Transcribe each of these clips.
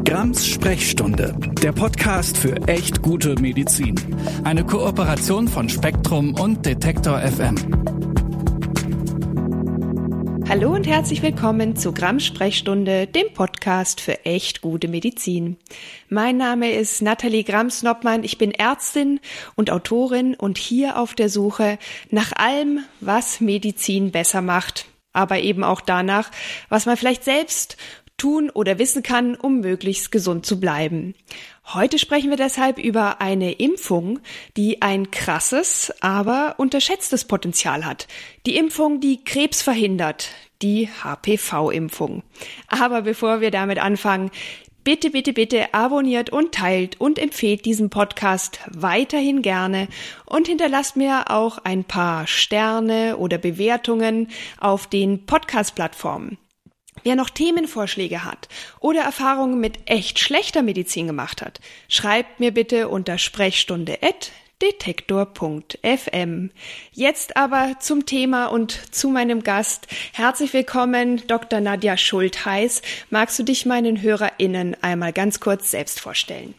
Grams Sprechstunde, der Podcast für echt gute Medizin. Eine Kooperation von Spektrum und Detektor FM. Hallo und herzlich willkommen zu Grams Sprechstunde, dem Podcast für echt gute Medizin. Mein Name ist Nathalie Grams-Noppmann, ich bin Ärztin und Autorin und hier auf der Suche nach allem, was Medizin besser macht, aber eben auch danach, was man vielleicht selbst tun oder wissen kann, um möglichst gesund zu bleiben. Heute sprechen wir deshalb über eine Impfung, die ein krasses, aber unterschätztes Potenzial hat. Die Impfung, die Krebs verhindert, die HPV-Impfung. Aber bevor wir damit anfangen, bitte abonniert und teilt und empfehlt diesen Podcast weiterhin gerne und hinterlasst mir auch ein paar Sterne oder Bewertungen auf den Podcast-Plattformen. Wer noch Themenvorschläge hat oder Erfahrungen mit echt schlechter Medizin gemacht hat, schreibt mir bitte unter sprechstunde@detektor.fm. Jetzt aber zum Thema und zu meinem Gast. Herzlich willkommen, Dr. Nadja Schultheis. Magst du dich meinen HörerInnen einmal ganz kurz selbst vorstellen?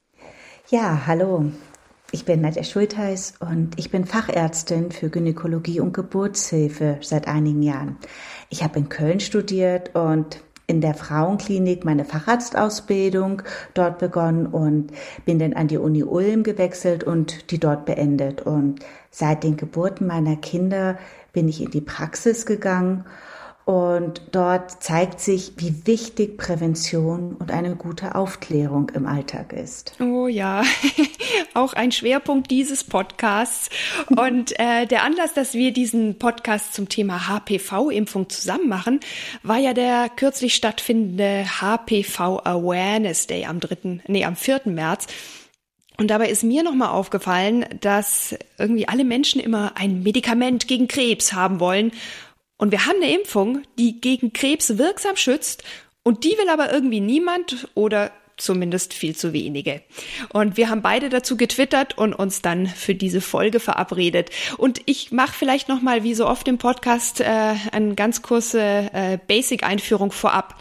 Ja, hallo. Ich bin Nadja Schultheis und ich bin Fachärztin für Gynäkologie und Geburtshilfe seit einigen Jahren. Ich habe in Köln studiert und in der Frauenklinik meine Facharztausbildung dort begonnen und bin dann an die Uni Ulm gewechselt und die dort beendet. Und seit den Geburten meiner Kinder bin ich in die Praxis gegangen. Und dort zeigt sich, wie wichtig Prävention und eine gute Aufklärung im Alltag ist. Oh ja, auch ein Schwerpunkt dieses Podcasts. Und der Anlass, dass wir diesen Podcast zum Thema HPV-Impfung zusammen machen, war ja der kürzlich stattfindende HPV Awareness Day am 4. März. Und dabei ist mir nochmal aufgefallen, dass irgendwie alle Menschen immer ein Medikament gegen Krebs haben wollen. Und wir haben eine Impfung, die gegen Krebs wirksam schützt und die will aber irgendwie niemand oder zumindest viel zu wenige. Und wir haben beide dazu getwittert und uns dann für diese Folge verabredet. Und ich mache vielleicht nochmal, wie so oft im Podcast, eine ganz kurze Basic-Einführung vorab.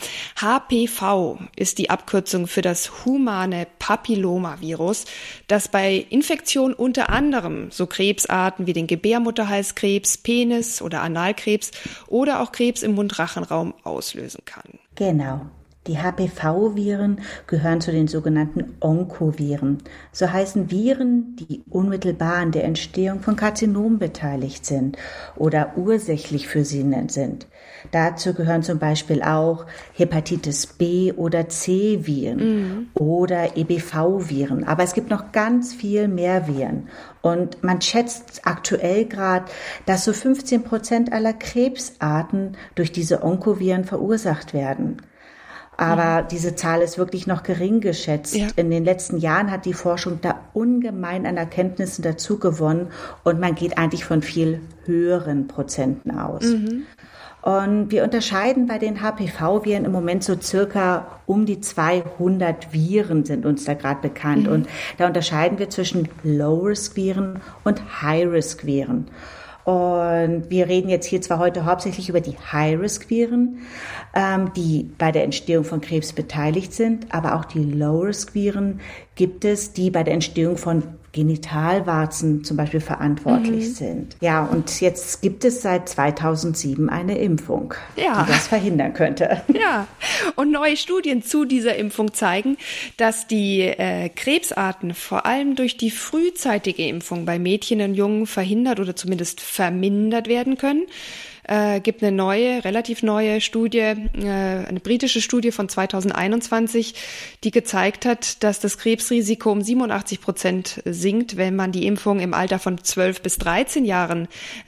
HPV ist die Abkürzung für das humane Papillomavirus, das bei Infektion unter anderem so Krebsarten wie den Gebärmutterhalskrebs, Penis- oder Analkrebs oder auch Krebs im Mundrachenraum auslösen kann. Genau. Die HPV-Viren gehören zu den sogenannten Onkoviren. So heißen Viren, die unmittelbar an der Entstehung von Karzinomen beteiligt sind oder ursächlich für sie sind. Dazu gehören zum Beispiel auch Hepatitis B oder C-Viren oder EBV-Viren. Aber es gibt noch ganz viel mehr Viren. Und man schätzt aktuell gerade, dass so 15% aller Krebsarten durch diese Onkoviren verursacht werden. Aber diese Zahl ist wirklich noch gering geschätzt. Ja. In den letzten Jahren hat die Forschung da ungemein an Erkenntnissen dazu gewonnen und man geht eigentlich von viel höheren Prozenten aus. Und wir unterscheiden bei den HPV-Viren im Moment so circa um die 200 Viren sind uns da gerade bekannt. Und da unterscheiden wir zwischen Low-Risk-Viren und High-Risk-Viren. Und wir reden jetzt hier zwar heute hauptsächlich über die High-Risk-Viren, die bei der Entstehung von Krebs beteiligt sind, aber auch die Low-Risk-Viren gibt es, die bei der Entstehung von Genitalwarzen zum Beispiel verantwortlich sind. Ja, und jetzt gibt es seit 2007 eine Impfung, die das verhindern könnte. Ja, und neue Studien zu dieser Impfung zeigen, dass die Krebsarten vor allem durch die frühzeitige Impfung bei Mädchen und Jungen verhindert oder zumindest vermindert werden können. Gibt eine relativ neue Studie, eine britische Studie von 2021, die gezeigt hat, dass das Krebsrisiko um 87% sinkt, wenn man die Impfung im Alter von 12 bis 13 Jahren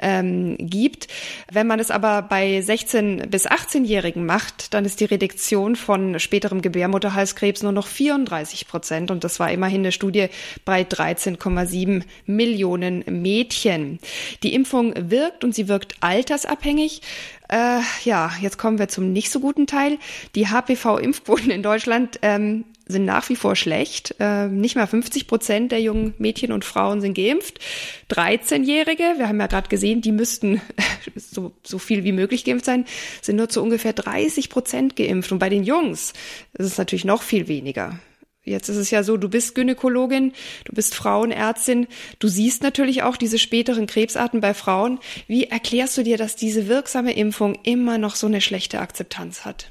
gibt. Wenn man es aber bei 16 bis 18-Jährigen macht, dann ist die Reduktion von späterem Gebärmutterhalskrebs nur noch 34%. Und das war immerhin eine Studie bei 13,7 Millionen Mädchen. Die Impfung wirkt und sie wirkt altersabhängig. Jetzt kommen wir zum nicht so guten Teil. Die HPV-Impfquoten in Deutschland sind nach wie vor schlecht. Nicht mal 50% der jungen Mädchen und Frauen sind geimpft. 13-Jährige, wir haben ja gerade gesehen, die müssten so viel wie möglich geimpft sein, sind nur zu ungefähr 30% geimpft. Und bei den Jungs ist es natürlich noch viel weniger. Jetzt ist es ja so, du bist Gynäkologin, du bist Frauenärztin, du siehst natürlich auch diese späteren Krebsarten bei Frauen. Wie erklärst du dir, dass diese wirksame Impfung immer noch so eine schlechte Akzeptanz hat?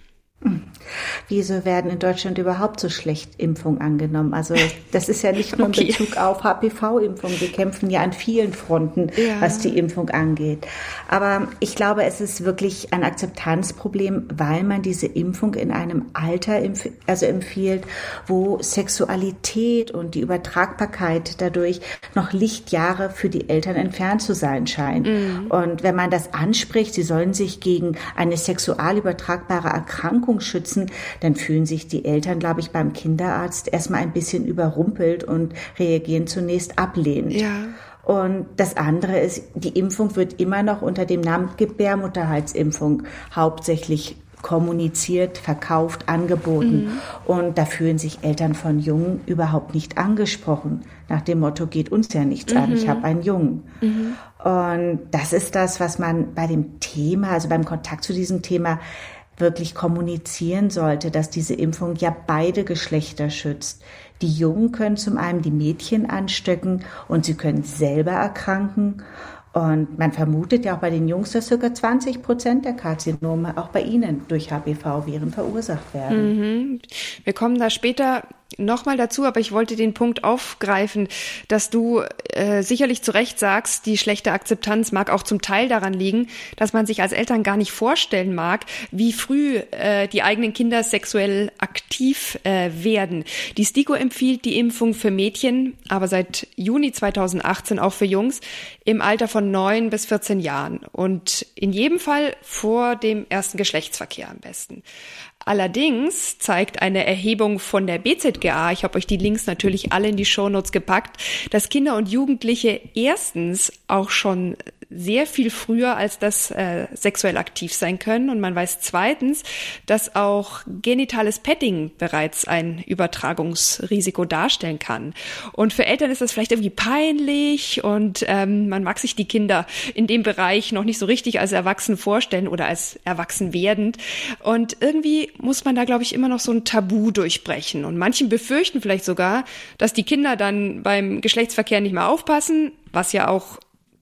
Wieso werden in Deutschland überhaupt so schlecht Impfungen angenommen? Also das ist ja nicht nur in Bezug auf HPV-Impfung. Wir kämpfen ja an vielen Fronten, was die Impfung angeht. Aber ich glaube, es ist wirklich ein Akzeptanzproblem, weil man diese Impfung in einem Alter empfiehlt, wo Sexualität und die Übertragbarkeit dadurch noch Lichtjahre für die Eltern entfernt zu sein scheint. Mhm. Und wenn man das anspricht, sie sollen sich gegen eine sexual übertragbare Erkrankung schützen, dann fühlen sich die Eltern, glaube ich, beim Kinderarzt erstmal ein bisschen überrumpelt und reagieren zunächst ablehnend. Ja. Und das andere ist, die Impfung wird immer noch unter dem Namen Gebärmutterhalsimpfung hauptsächlich kommuniziert, verkauft, angeboten. Mhm. Und da fühlen sich Eltern von Jungen überhaupt nicht angesprochen. Nach dem Motto, geht uns ja nichts an, ich habe einen Jungen. Mhm. Und das ist das, was man bei dem Thema, also beim Kontakt zu diesem Thema wirklich kommunizieren sollte, dass diese Impfung ja beide Geschlechter schützt. Die Jungen können zum einen die Mädchen anstecken und sie können selber erkranken. Und man vermutet ja auch bei den Jungs, dass ca. 20% der Karzinome auch bei ihnen durch HPV-Viren verursacht werden. Mhm. Wir kommen da später nochmal dazu, aber ich wollte den Punkt aufgreifen, dass du sicherlich zu Recht sagst, die schlechte Akzeptanz mag auch zum Teil daran liegen, dass man sich als Eltern gar nicht vorstellen mag, wie früh die eigenen Kinder sexuell aktiv werden. Die STIKO empfiehlt die Impfung für Mädchen, aber seit Juni 2018 auch für Jungs im Alter von 9 bis 14 Jahren und in jedem Fall vor dem ersten Geschlechtsverkehr am besten. Allerdings zeigt eine Erhebung von der BZGA, ich habe euch die Links natürlich alle in die Shownotes gepackt, dass Kinder und Jugendliche erstens auch schon sehr viel früher als das sexuell aktiv sein können. Und man weiß zweitens, dass auch genitales Petting bereits ein Übertragungsrisiko darstellen kann. Und für Eltern ist das vielleicht irgendwie peinlich und man mag sich die Kinder in dem Bereich noch nicht so richtig als erwachsen vorstellen oder als erwachsen werdend. Und irgendwie muss man da, glaube ich, immer noch so ein Tabu durchbrechen. Und manchen befürchten vielleicht sogar, dass die Kinder dann beim Geschlechtsverkehr nicht mehr aufpassen, was ja auch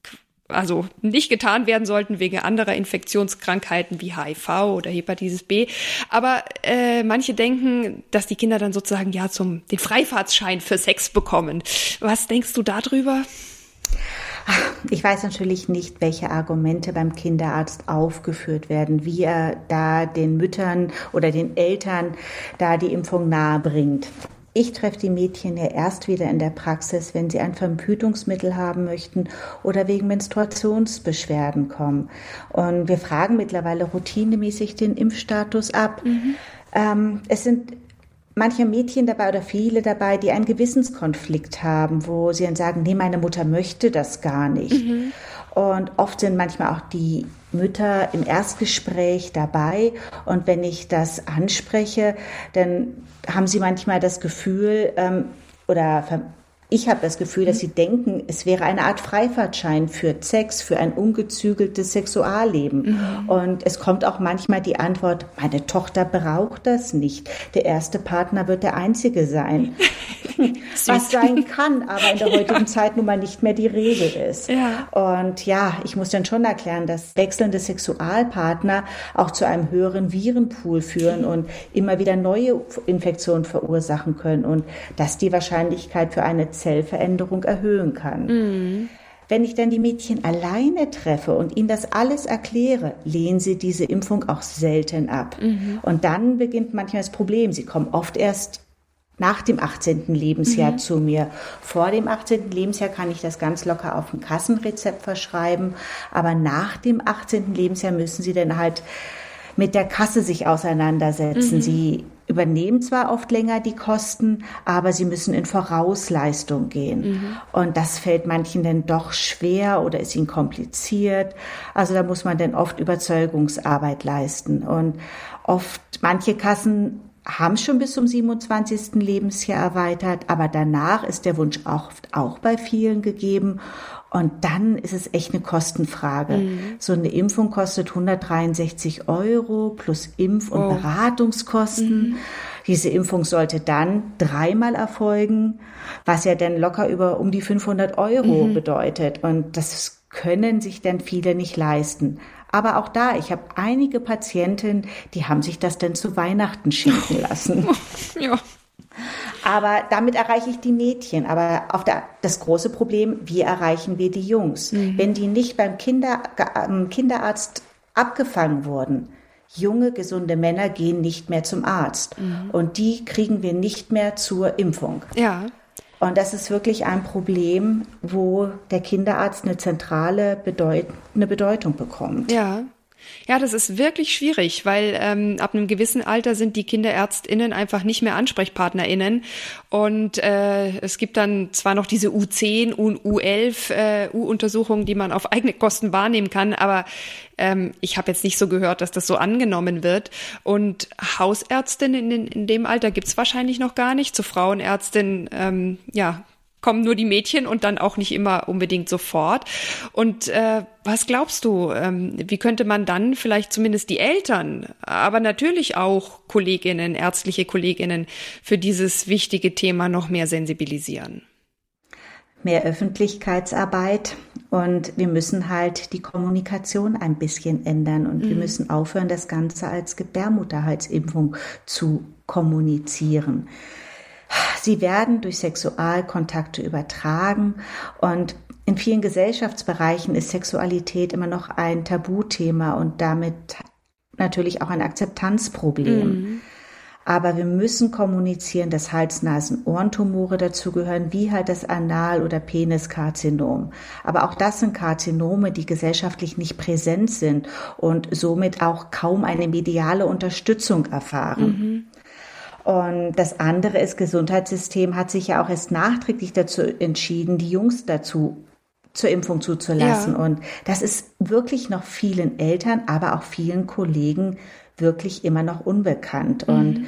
nicht getan werden sollten wegen anderer Infektionskrankheiten wie HIV oder Hepatitis B. Aber manche denken, dass die Kinder dann sozusagen den Freifahrtschein für Sex bekommen. Was denkst du darüber? Ich weiß natürlich nicht, welche Argumente beim Kinderarzt aufgeführt werden, wie er da den Müttern oder den Eltern da die Impfung nahe bringt. Ich treffe die Mädchen ja erst wieder in der Praxis, wenn sie ein Verhütungsmittel haben möchten oder wegen Menstruationsbeschwerden kommen. Und wir fragen mittlerweile routinemäßig den Impfstatus ab. Mhm. Es sind manche Mädchen dabei oder viele dabei, die einen Gewissenskonflikt haben, wo sie dann sagen, nee, meine Mutter möchte das gar nicht. Mhm. Und oft sind manchmal auch die Mütter im Erstgespräch dabei. Und wenn ich das anspreche, dann haben sie manchmal das Gefühl, ich habe das Gefühl, dass sie denken, es wäre eine Art Freifahrtschein für Sex, für ein ungezügeltes Sexualleben. Mhm. Und es kommt auch manchmal die Antwort, meine Tochter braucht das nicht. Der erste Partner wird der einzige sein. Was sein kann, aber in der heutigen Zeit nun mal nicht mehr die Regel ist. Ja. Und ich muss dann schon erklären, dass wechselnde Sexualpartner auch zu einem höheren Virenpool führen und immer wieder neue Infektionen verursachen können und dass die Wahrscheinlichkeit für eine Zellveränderung erhöhen kann. Mhm. Wenn ich dann die Mädchen alleine treffe und ihnen das alles erkläre, lehnen sie diese Impfung auch selten ab. Mhm. Und dann beginnt manchmal das Problem. Sie kommen oft erst nach dem 18. Lebensjahr zu mir. Vor dem 18. Lebensjahr kann ich das ganz locker auf ein Kassenrezept verschreiben, aber nach dem 18. Lebensjahr müssen sie dann halt mit der Kasse sich auseinandersetzen. Mhm. Sie übernehmen zwar oft länger die Kosten, aber sie müssen in Vorausleistung gehen. Mhm. Und das fällt manchen dann doch schwer oder ist ihnen kompliziert. Also da muss man dann oft Überzeugungsarbeit leisten. Und manche Kassen haben schon bis zum 27. Lebensjahr erweitert, aber danach ist der Wunsch auch bei vielen gegeben. Und dann ist es echt eine Kostenfrage. So eine Impfung kostet 163 € plus Impf- und Beratungskosten. Diese Impfung sollte dann 3-mal erfolgen, was ja dann locker um die 500 € bedeutet. Und das können sich dann viele nicht leisten. Aber auch da, ich habe einige Patientinnen, die haben sich das dann zu Weihnachten schenken lassen. Ja. Aber damit erreiche ich die Mädchen. Aber das große Problem, wie erreichen wir die Jungs? Wenn die nicht beim Kinderarzt abgefangen wurden, junge, gesunde Männer gehen nicht mehr zum Arzt. Und die kriegen wir nicht mehr zur Impfung. Ja. Und das ist wirklich ein Problem, wo der Kinderarzt eine zentrale Bedeutung bekommt. Ja. Ja, das ist wirklich schwierig, weil ab einem gewissen Alter sind die KinderärztInnen einfach nicht mehr AnsprechpartnerInnen. Und es gibt dann zwar noch diese U10 und U11 U-Untersuchungen, die man auf eigene Kosten wahrnehmen kann, aber ich habe jetzt nicht so gehört, dass das so angenommen wird. Und Hausärztin in dem Alter gibt's wahrscheinlich noch gar nicht. Zur Frauenärztin, kommen nur die Mädchen und dann auch nicht immer unbedingt sofort. Und was glaubst du, wie könnte man dann vielleicht zumindest die Eltern, aber natürlich auch Kolleginnen, ärztliche Kolleginnen für dieses wichtige Thema noch mehr sensibilisieren? Mehr Öffentlichkeitsarbeit und wir müssen halt die Kommunikation ein bisschen ändern und wir müssen aufhören, das Ganze als Gebärmutterhalsimpfung zu kommunizieren. Sie werden durch Sexualkontakte übertragen und in vielen Gesellschaftsbereichen ist Sexualität immer noch ein Tabuthema und damit natürlich auch ein Akzeptanzproblem. Aber wir müssen kommunizieren, dass Hals-Nasen-Ohrentumore dazugehören, wie halt das Anal- oder Peniskarzinom. Aber auch das sind Karzinome, die gesellschaftlich nicht präsent sind und somit auch kaum eine mediale Unterstützung erfahren. Und das andere ist, Gesundheitssystem hat sich ja auch erst nachträglich dazu entschieden, die Jungs dazu zur Impfung zuzulassen. Ja. Und das ist wirklich noch vielen Eltern, aber auch vielen Kollegen wirklich immer noch unbekannt. Und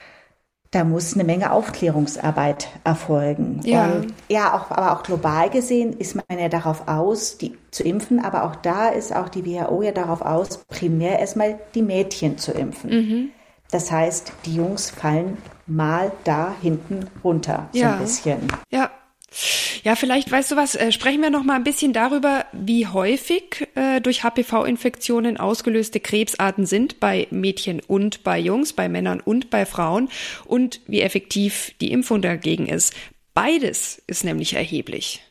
da muss eine Menge Aufklärungsarbeit erfolgen. Ja. Und aber auch global gesehen ist man ja darauf aus, die zu impfen, aber auch da ist auch die WHO ja darauf aus, primär erstmal die Mädchen zu impfen. Das heißt, die Jungs fallen mal da hinten runter, so ein bisschen. Ja. Ja, vielleicht, weißt du was, sprechen wir noch mal ein bisschen darüber, wie häufig durch HPV-Infektionen ausgelöste Krebsarten sind bei Mädchen und bei Jungs, bei Männern und bei Frauen und wie effektiv die Impfung dagegen ist. Beides ist nämlich erheblich.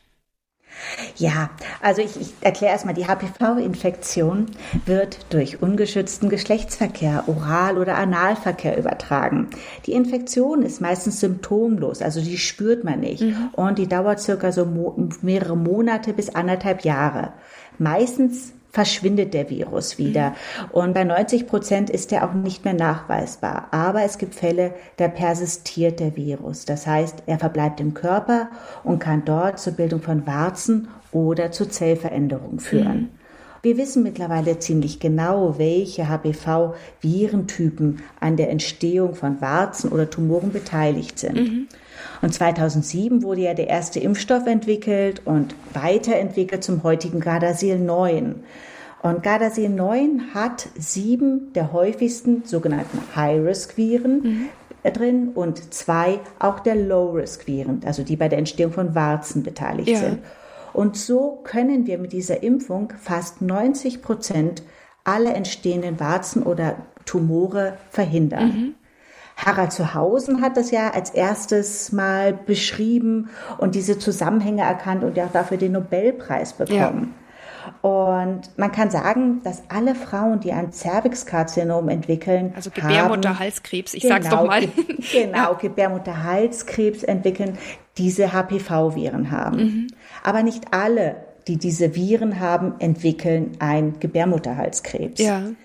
Ja, also ich erkläre erstmal, die HPV-Infektion wird durch ungeschützten Geschlechtsverkehr, Oral- oder Analverkehr übertragen. Die Infektion ist meistens symptomlos, also die spürt man nicht. Und die dauert circa so mehrere Monate bis 1,5 Jahre. Meistens verschwindet der Virus wieder. Und bei 90% ist er auch nicht mehr nachweisbar. Aber es gibt Fälle, da persistiert der Virus. Das heißt, er verbleibt im Körper und kann dort zur Bildung von Warzen oder zu Zellveränderungen führen. Wir wissen mittlerweile ziemlich genau, welche HPV-Virentypen an der Entstehung von Warzen oder Tumoren beteiligt sind. Und 2007 wurde ja der erste Impfstoff entwickelt und weiterentwickelt zum heutigen Gardasil 9. Und Gardasil 9 hat 7 der häufigsten sogenannten High-Risk-Viren drin und 2 auch der Low-Risk-Viren, also die bei der Entstehung von Warzen beteiligt sind. Und so können wir mit dieser Impfung fast 90% aller entstehenden Warzen oder Tumore verhindern. Harald Zuhausen hat das ja als erstes mal beschrieben und diese Zusammenhänge erkannt und ja auch dafür den Nobelpreis bekommen. Und man kann sagen, dass alle Frauen, die ein Cervixkarzinom entwickeln, also Gebärmutterhalskrebs, sag's doch mal. Gebärmutterhalskrebs entwickeln, diese HPV-Viren haben. Aber nicht alle, die diese Viren haben, entwickeln ein Gebärmutterhalskrebs.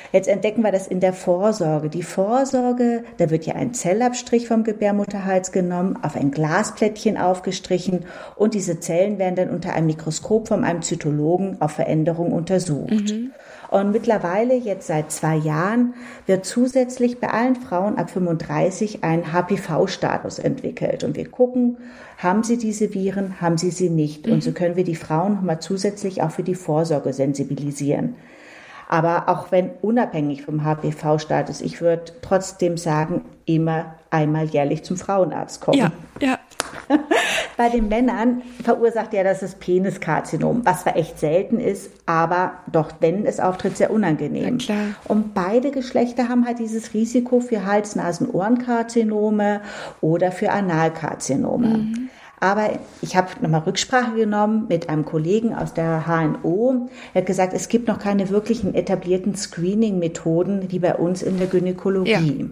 Jetzt entdecken wir das in der Vorsorge. Die Vorsorge, da wird ja ein Zellabstrich vom Gebärmutterhals genommen, auf ein Glasplättchen aufgestrichen und diese Zellen werden dann unter einem Mikroskop von einem Zytologen auf Veränderung untersucht. Und mittlerweile, jetzt seit 2 Jahren, wird zusätzlich bei allen Frauen ab 35 ein HPV-Status entwickelt. Und wir gucken, haben sie diese Viren, haben sie nicht. Und so können wir die Frauen nochmal zusätzlich auch für die Vorsorge sensibilisieren. Aber auch wenn unabhängig vom HPV-Status, ich würde trotzdem sagen, immer einmal jährlich zum Frauenarzt kommen. Ja. Bei den Männern verursacht ja das Peniskarzinom, was zwar echt selten ist, aber doch, wenn es auftritt, sehr unangenehm. Na klar. Und beide Geschlechter haben halt dieses Risiko für Hals-Nasen-Ohren-Karzinome oder für Analkarzinome. Aber ich habe nochmal Rücksprache genommen mit einem Kollegen aus der HNO. Er hat gesagt, es gibt noch keine wirklichen etablierten Screening-Methoden wie bei uns in der Gynäkologie.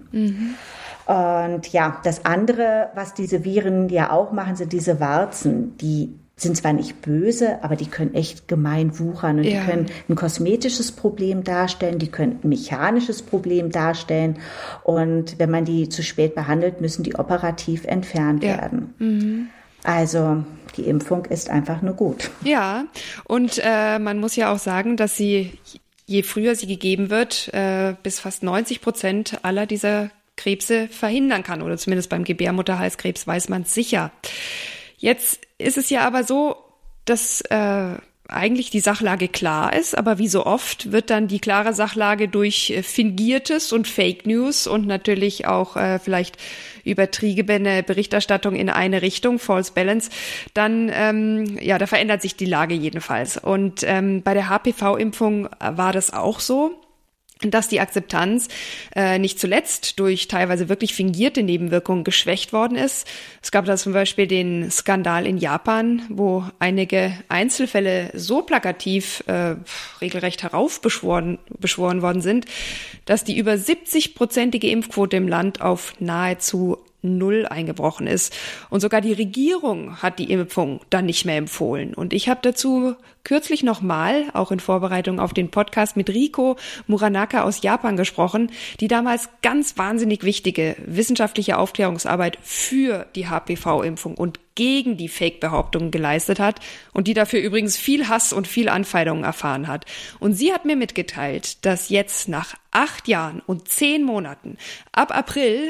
Und ja, das andere, was diese Viren ja auch machen, sind diese Warzen. Die sind zwar nicht böse, aber die können echt gemein wuchern und die können ein kosmetisches Problem darstellen, die können ein mechanisches Problem darstellen und wenn man die zu spät behandelt, müssen die operativ entfernt werden. Also die Impfung ist einfach nur gut. Ja, und man muss ja auch sagen, dass sie, je früher sie gegeben wird, bis fast 90% aller dieser Krebse verhindern kann. Oder zumindest beim Gebärmutterhalskrebs weiß man es sicher. Jetzt ist es ja aber so, dass eigentlich die Sachlage klar ist, aber wie so oft wird dann die klare Sachlage durch Fingiertes und Fake News und natürlich auch vielleicht übertriebene Berichterstattung in eine Richtung, False Balance, dann, da verändert sich die Lage jedenfalls. Und bei der HPV-Impfung war das auch so, dass die Akzeptanz nicht zuletzt durch teilweise wirklich fingierte Nebenwirkungen geschwächt worden ist. Es gab da zum Beispiel den Skandal in Japan, wo einige Einzelfälle so plakativ regelrecht heraufbeschworen worden sind, dass die über 70-prozentige Impfquote im Land auf nahezu 0 eingebrochen ist. Und sogar die Regierung hat die Impfung dann nicht mehr empfohlen. Und ich habe dazu kürzlich nochmal, auch in Vorbereitung auf den Podcast, mit Riko Muranaka aus Japan gesprochen, die damals ganz wahnsinnig wichtige wissenschaftliche Aufklärungsarbeit für die HPV-Impfung und gegen die Fake-Behauptungen geleistet hat und die dafür übrigens viel Hass und viel Anfeindungen erfahren hat. Und sie hat mir mitgeteilt, dass jetzt nach 8 Jahren und 10 Monaten ab April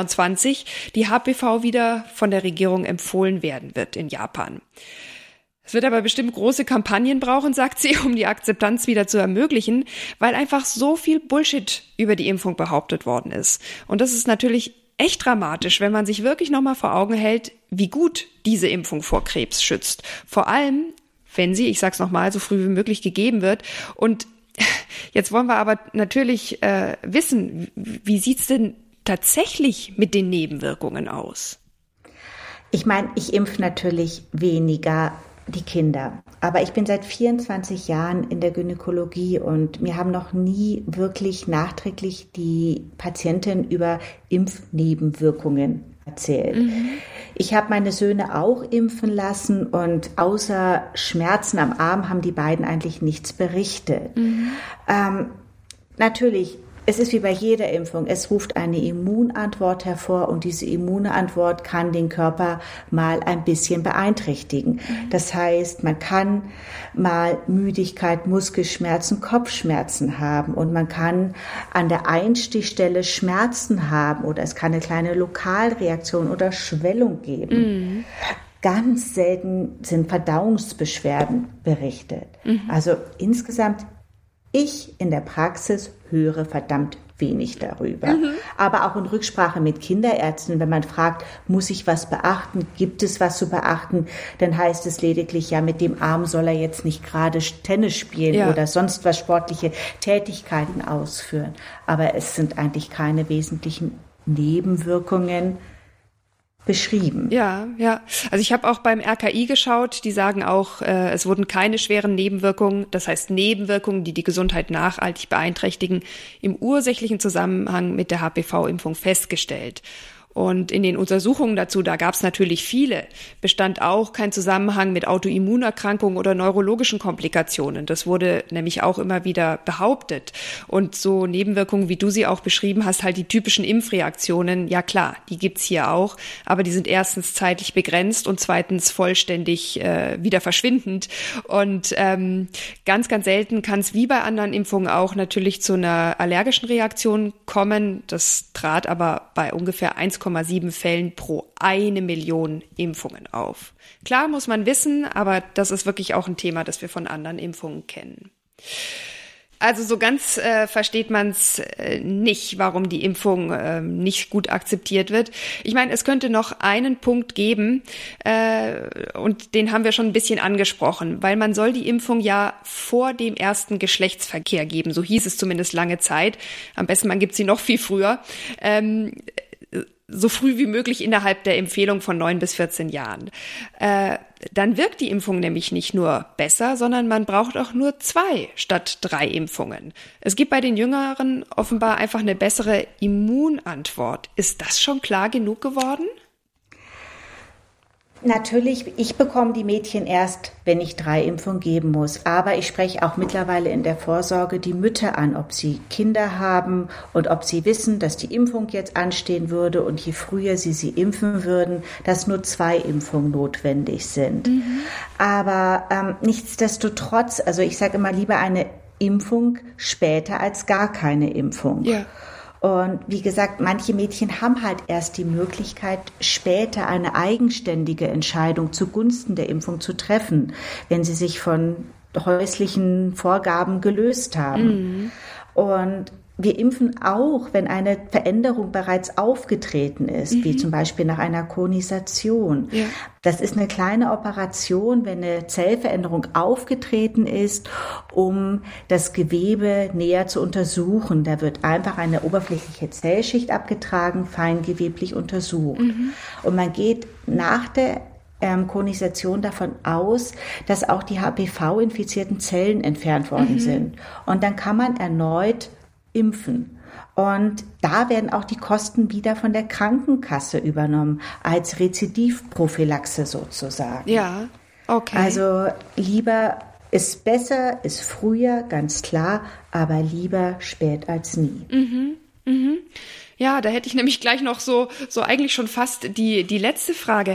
2022 die HPV wieder von der Regierung empfohlen werden wird in Japan. Es wird aber bestimmt große Kampagnen brauchen, sagt sie, um die Akzeptanz wieder zu ermöglichen, weil einfach so viel Bullshit über die Impfung behauptet worden ist. Und das ist natürlich echt dramatisch, wenn man sich wirklich nochmal vor Augen hält, wie gut diese Impfung vor Krebs schützt. Vor allem, wenn sie, ich sag's nochmal, so früh wie möglich gegeben wird. Und jetzt wollen wir aber natürlich wissen, wie sieht's denn tatsächlich mit den Nebenwirkungen aus? Ich meine, ich impfe natürlich weniger die Kinder. Aber ich bin seit 24 Jahren in der Gynäkologie und mir haben noch nie wirklich nachträglich die Patienten über Impfnebenwirkungen erzählt. Ich habe meine Söhne auch impfen lassen und außer Schmerzen am Arm haben die beiden eigentlich nichts berichtet. Natürlich, es ist wie bei jeder Impfung, es ruft eine Immunantwort hervor und diese Immunantwort kann den Körper mal ein bisschen beeinträchtigen. Das heißt, man kann mal Müdigkeit, Muskelschmerzen, Kopfschmerzen haben und man kann an der Einstichstelle Schmerzen haben oder es kann eine kleine Lokalreaktion oder Schwellung geben. Ganz selten sind Verdauungsbeschwerden berichtet. Also insgesamt ich in der Praxis höre verdammt wenig darüber. Aber auch in Rücksprache mit Kinderärzten, wenn man fragt, muss ich was beachten, gibt es was zu beachten, dann heißt es lediglich, ja, mit dem Arm soll er jetzt nicht gerade Tennis spielen oder sonst was sportliche Tätigkeiten ausführen. Aber es sind eigentlich keine wesentlichen Nebenwirkungen beschrieben. Ja. Also ich habe auch beim RKI geschaut, die sagen auch, es wurden keine schweren Nebenwirkungen, das heißt Nebenwirkungen, die die Gesundheit nachhaltig beeinträchtigen, im ursächlichen Zusammenhang mit der HPV-Impfung festgestellt. Und in den Untersuchungen dazu, da gab es natürlich viele, bestand auch kein Zusammenhang mit Autoimmunerkrankungen oder neurologischen Komplikationen. Das wurde nämlich auch immer wieder behauptet. Und so Nebenwirkungen, wie du sie auch beschrieben hast, halt die typischen Impfreaktionen, ja klar, die gibt's hier auch, aber die sind erstens zeitlich begrenzt und zweitens vollständig wieder verschwindend. Und ganz, ganz selten kann es wie bei anderen Impfungen auch natürlich zu einer allergischen Reaktion kommen. Das trat aber bei ungefähr 1,7 Fällen pro 1 Million Impfungen auf. Klar muss man wissen, aber das ist wirklich auch ein Thema, das wir von anderen Impfungen kennen. Also so ganz versteht man es nicht, warum die Impfung nicht gut akzeptiert wird. Ich meine, es könnte noch einen Punkt geben, und den haben wir schon ein bisschen angesprochen, weil man soll die Impfung ja vor dem ersten Geschlechtsverkehr geben. So hieß es zumindest lange Zeit. Am besten, man gibt sie noch viel früher. So früh wie möglich innerhalb der Empfehlung von 9 bis 14 Jahren. Dann wirkt die Impfung nämlich nicht nur besser, sondern man braucht auch nur 2 statt 3 Impfungen. Es gibt bei den Jüngeren offenbar einfach eine bessere Immunantwort. Ist das schon klar genug geworden? Natürlich, ich bekomme die Mädchen erst, wenn ich 3 Impfungen geben muss. Aber ich spreche auch mittlerweile in der Vorsorge die Mütter an, ob sie Kinder haben und ob sie wissen, dass die Impfung jetzt anstehen würde und je früher sie impfen würden, dass nur 2 Impfungen notwendig sind. Aber nichtsdestotrotz, also ich sage immer lieber eine Impfung später als gar keine Impfung. Ja. Und wie gesagt, manche Mädchen haben halt erst die Möglichkeit, später eine eigenständige Entscheidung zugunsten der Impfung zu treffen, wenn sie sich von häuslichen Vorgaben gelöst haben. Und wir impfen auch, wenn eine Veränderung bereits aufgetreten ist, wie zum Beispiel nach einer Konisation. Ja. Das ist eine kleine Operation, wenn eine Zellveränderung aufgetreten ist, um das Gewebe näher zu untersuchen. Da wird einfach eine oberflächliche Zellschicht abgetragen, feingeweblich untersucht. Und man geht nach der Konisation davon aus, dass auch die HPV-infizierten Zellen entfernt worden sind. Und dann kann man erneut impfen. Und da werden auch die Kosten wieder von der Krankenkasse übernommen, als Rezidivprophylaxe sozusagen. Ja, okay. Also lieber ist besser, ist früher, ganz klar, aber lieber spät als nie. Ja, da hätte ich nämlich gleich noch so eigentlich schon fast die letzte Frage.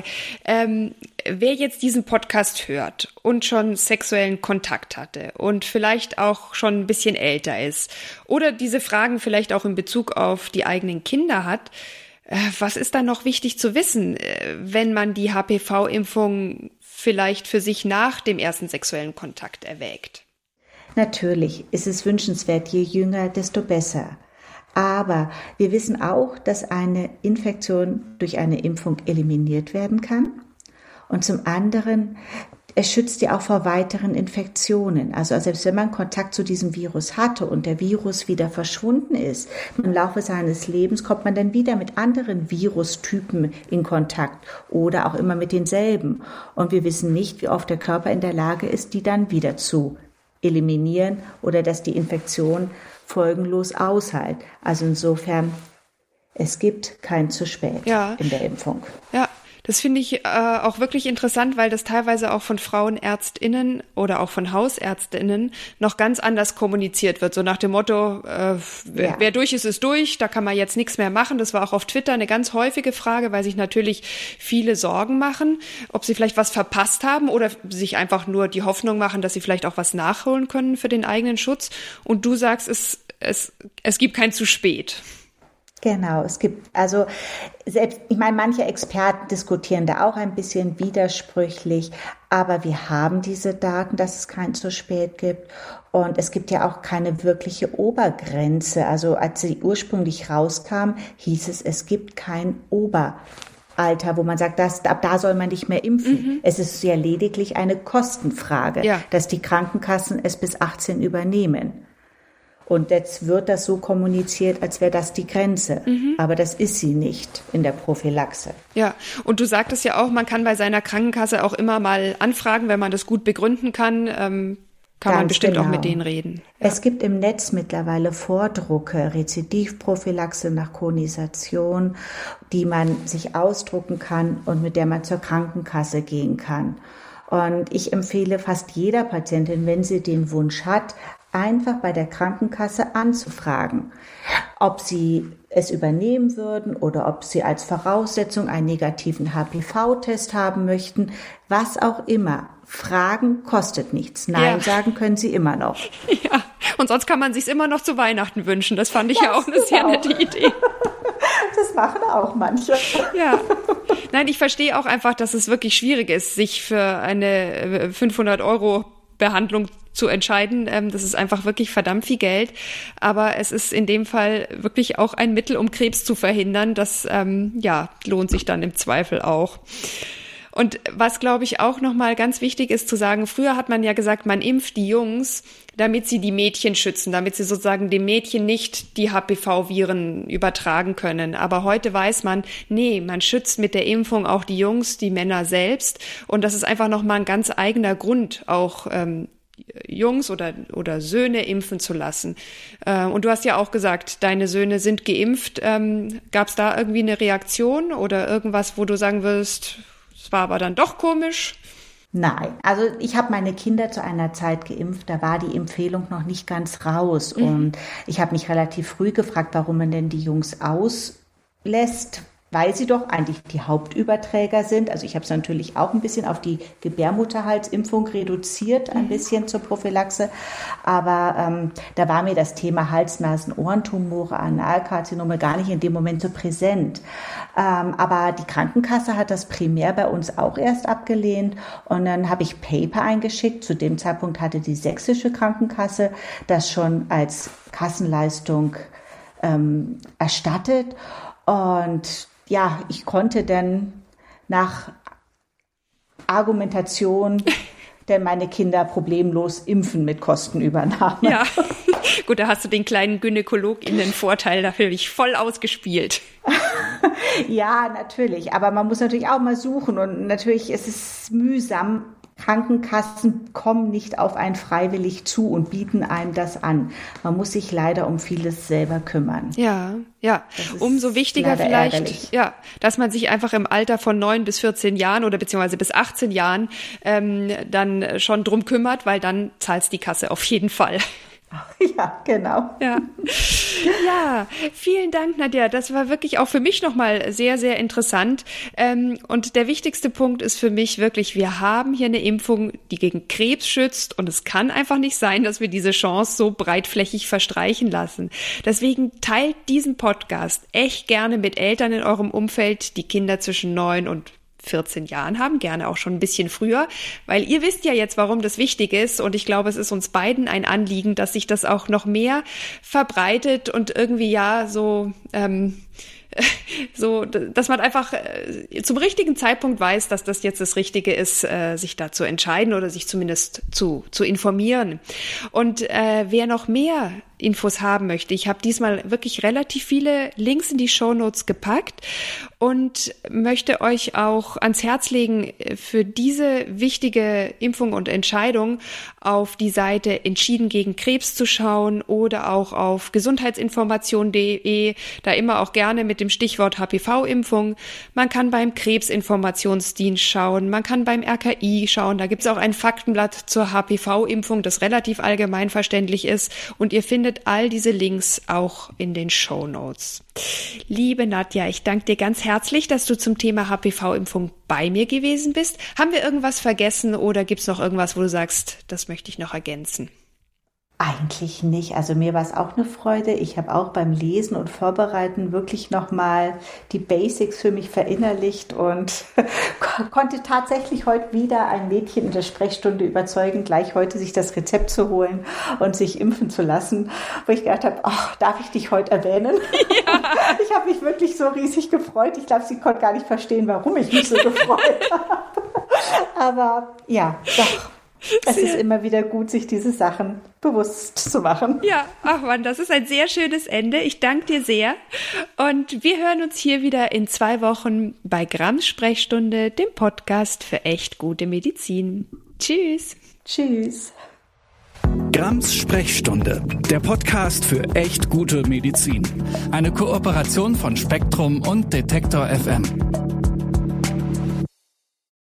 Wer jetzt diesen Podcast hört und schon sexuellen Kontakt hatte und vielleicht auch schon ein bisschen älter ist oder diese Fragen vielleicht auch in Bezug auf die eigenen Kinder hat, was ist da noch wichtig zu wissen, wenn man die HPV-Impfung vielleicht für sich nach dem ersten sexuellen Kontakt erwägt? Natürlich ist es wünschenswert, je jünger, desto besser. Aber wir wissen auch, dass eine Infektion durch eine Impfung eliminiert werden kann. Und zum anderen, es schützt ja auch vor weiteren Infektionen. Also selbst wenn man Kontakt zu diesem Virus hatte und der Virus wieder verschwunden ist, im Laufe seines Lebens kommt man dann wieder mit anderen Virustypen in Kontakt oder auch immer mit denselben. Und wir wissen nicht, wie oft der Körper in der Lage ist, die dann wieder zu eliminieren oder dass die Infektion folgenlos aushält. Also insofern, es gibt kein zu spät in der Impfung. Ja, das finde ich auch wirklich interessant, weil das teilweise auch von FrauenärztInnen oder auch von HausärztInnen noch ganz anders kommuniziert wird. So nach dem Motto, wer durch ist, ist durch, da kann man jetzt nichts mehr machen. Das war auch auf Twitter eine ganz häufige Frage, weil sich natürlich viele Sorgen machen, ob sie vielleicht was verpasst haben oder sich einfach nur die Hoffnung machen, dass sie vielleicht auch was nachholen können für den eigenen Schutz. Und du sagst, es gibt kein zu spät. Genau, es gibt, also selbst, ich meine, manche Experten diskutieren da auch ein bisschen widersprüchlich, aber wir haben diese Daten, dass es kein zu spät gibt und es gibt ja auch keine wirkliche Obergrenze. Also als sie ursprünglich rauskam, hieß es gibt kein Oberalter, wo man sagt, ab da soll man nicht mehr impfen. Es ist ja lediglich eine Kostenfrage, dass die Krankenkassen es bis 18 übernehmen. Und jetzt wird das so kommuniziert, als wäre das die Grenze. Aber das ist sie nicht in der Prophylaxe. Ja, und du sagtest ja auch, man kann bei seiner Krankenkasse auch immer mal anfragen, wenn man das gut begründen kann kann man bestimmt auch mit denen reden. Ja. Es gibt im Netz mittlerweile Vordrucke, Rezidivprophylaxe nach Konisation, die man sich ausdrucken kann und mit der man zur Krankenkasse gehen kann. Und ich empfehle fast jeder Patientin, wenn sie den Wunsch hat, einfach bei der Krankenkasse anzufragen, ob sie es übernehmen würden oder ob sie als Voraussetzung einen negativen HPV-Test haben möchten, was auch immer. Fragen kostet nichts. Nein sagen können sie immer noch. Ja, und sonst kann man sich's immer noch zu Weihnachten wünschen. Das fand ich ja auch eine sehr nette Idee. Das machen auch manche. Ja. Nein, ich verstehe auch einfach, dass es wirklich schwierig ist, sich für eine 500 € Behandlung zu entscheiden. Das ist einfach wirklich verdammt viel Geld. Aber es ist in dem Fall wirklich auch ein Mittel, um Krebs zu verhindern. Das lohnt sich dann im Zweifel auch. Und was, glaube ich, auch nochmal ganz wichtig ist zu sagen, früher hat man ja gesagt, man impft die Jungs, damit sie die Mädchen schützen, damit sie sozusagen dem Mädchen nicht die HPV-Viren übertragen können. Aber heute weiß man, nee, man schützt mit der Impfung auch die Jungs, die Männer selbst. Und das ist einfach nochmal ein ganz eigener Grund, auch Jungs oder Söhne impfen zu lassen. Und du hast ja auch gesagt, deine Söhne sind geimpft. Gab es da irgendwie eine Reaktion oder irgendwas, wo du sagen würdest, es war aber dann doch komisch? Nein, also ich habe meine Kinder zu einer Zeit geimpft, da war die Empfehlung noch nicht ganz raus. Und ich habe mich relativ früh gefragt, warum man denn die Jungs auslässt, weil sie doch eigentlich die Hauptüberträger sind. Also ich habe es natürlich auch ein bisschen auf die Gebärmutterhalsimpfung reduziert, ein bisschen zur Prophylaxe. Aber da war mir das Thema Hals-Nasen-Ohrentumore, Analkarzinome gar nicht in dem Moment so präsent. Aber die Krankenkasse hat das primär bei uns auch erst abgelehnt. Und dann habe ich Paper eingeschickt. Zu dem Zeitpunkt hatte die sächsische Krankenkasse das schon als Kassenleistung erstattet. Und ja, ich konnte dann nach Argumentation denn meine Kinder problemlos impfen mit Kostenübernahme. Ja, gut, da hast du den kleinen GynäkologInnen-Vorteil dafür voll ausgespielt. Ja, natürlich, aber man muss natürlich auch mal suchen und natürlich ist es mühsam. Krankenkassen kommen nicht auf einen freiwillig zu und bieten einem das an. Man muss sich leider um vieles selber kümmern. Ja. Umso wichtiger vielleicht, ärgerlich. Dass man sich einfach im Alter von 9 bis 14 Jahren oder beziehungsweise bis 18 Jahren dann schon drum kümmert, weil dann zahlt's die Kasse auf jeden Fall. Ja, genau. Ja, vielen Dank, Nadja. Das war wirklich auch für mich nochmal sehr, sehr interessant. Und der wichtigste Punkt ist für mich wirklich, wir haben hier eine Impfung, die gegen Krebs schützt. Und es kann einfach nicht sein, dass wir diese Chance so breitflächig verstreichen lassen. Deswegen teilt diesen Podcast echt gerne mit Eltern in eurem Umfeld, die Kinder zwischen 9 und 14 Jahren haben, gerne auch schon ein bisschen früher, weil ihr wisst ja jetzt, warum das wichtig ist und ich glaube, es ist uns beiden ein Anliegen, dass sich das auch noch mehr verbreitet und irgendwie so, dass man einfach zum richtigen Zeitpunkt weiß, dass das jetzt das Richtige ist, sich da zu entscheiden oder sich zumindest zu informieren. Und wer noch mehr Infos haben möchte, ich habe diesmal wirklich relativ viele Links in die Shownotes gepackt und möchte euch auch ans Herz legen, für diese wichtige Impfung und Entscheidung auf die Seite Entschieden gegen Krebs zu schauen oder auch auf gesundheitsinformation.de, da immer auch gerne mit dem Stichwort HPV-Impfung. Man kann beim Krebsinformationsdienst schauen, man kann beim RKI schauen, da gibt es auch ein Faktenblatt zur HPV-Impfung, das relativ allgemein verständlich ist und ihr findet all diese Links auch in den Shownotes. Liebe Nadja, ich danke dir ganz herzlich, dass du zum Thema HPV-Impfung bei mir gewesen bist. Haben wir irgendwas vergessen oder gibt es noch irgendwas, wo du sagst, das möchte ich noch ergänzen? Eigentlich nicht. Also mir war es auch eine Freude. Ich habe auch beim Lesen und Vorbereiten wirklich nochmal die Basics für mich verinnerlicht und konnte tatsächlich heute wieder ein Mädchen in der Sprechstunde überzeugen, gleich heute sich das Rezept zu holen und sich impfen zu lassen, wo ich gedacht habe, darf ich dich heute erwähnen? Ja. Ich habe mich wirklich so riesig gefreut. Ich glaube, sie konnte gar nicht verstehen, warum ich mich so gefreut habe. Aber ja, doch. Es ist immer wieder gut, sich diese Sachen bewusst zu machen. Ja, ach Mann, das ist ein sehr schönes Ende. Ich danke dir sehr. Und wir hören uns hier wieder in 2 Wochen bei Grams Sprechstunde, dem Podcast für echt gute Medizin. Tschüss. Tschüss. Grams Sprechstunde, der Podcast für echt gute Medizin. Eine Kooperation von Spektrum und Detektor FM.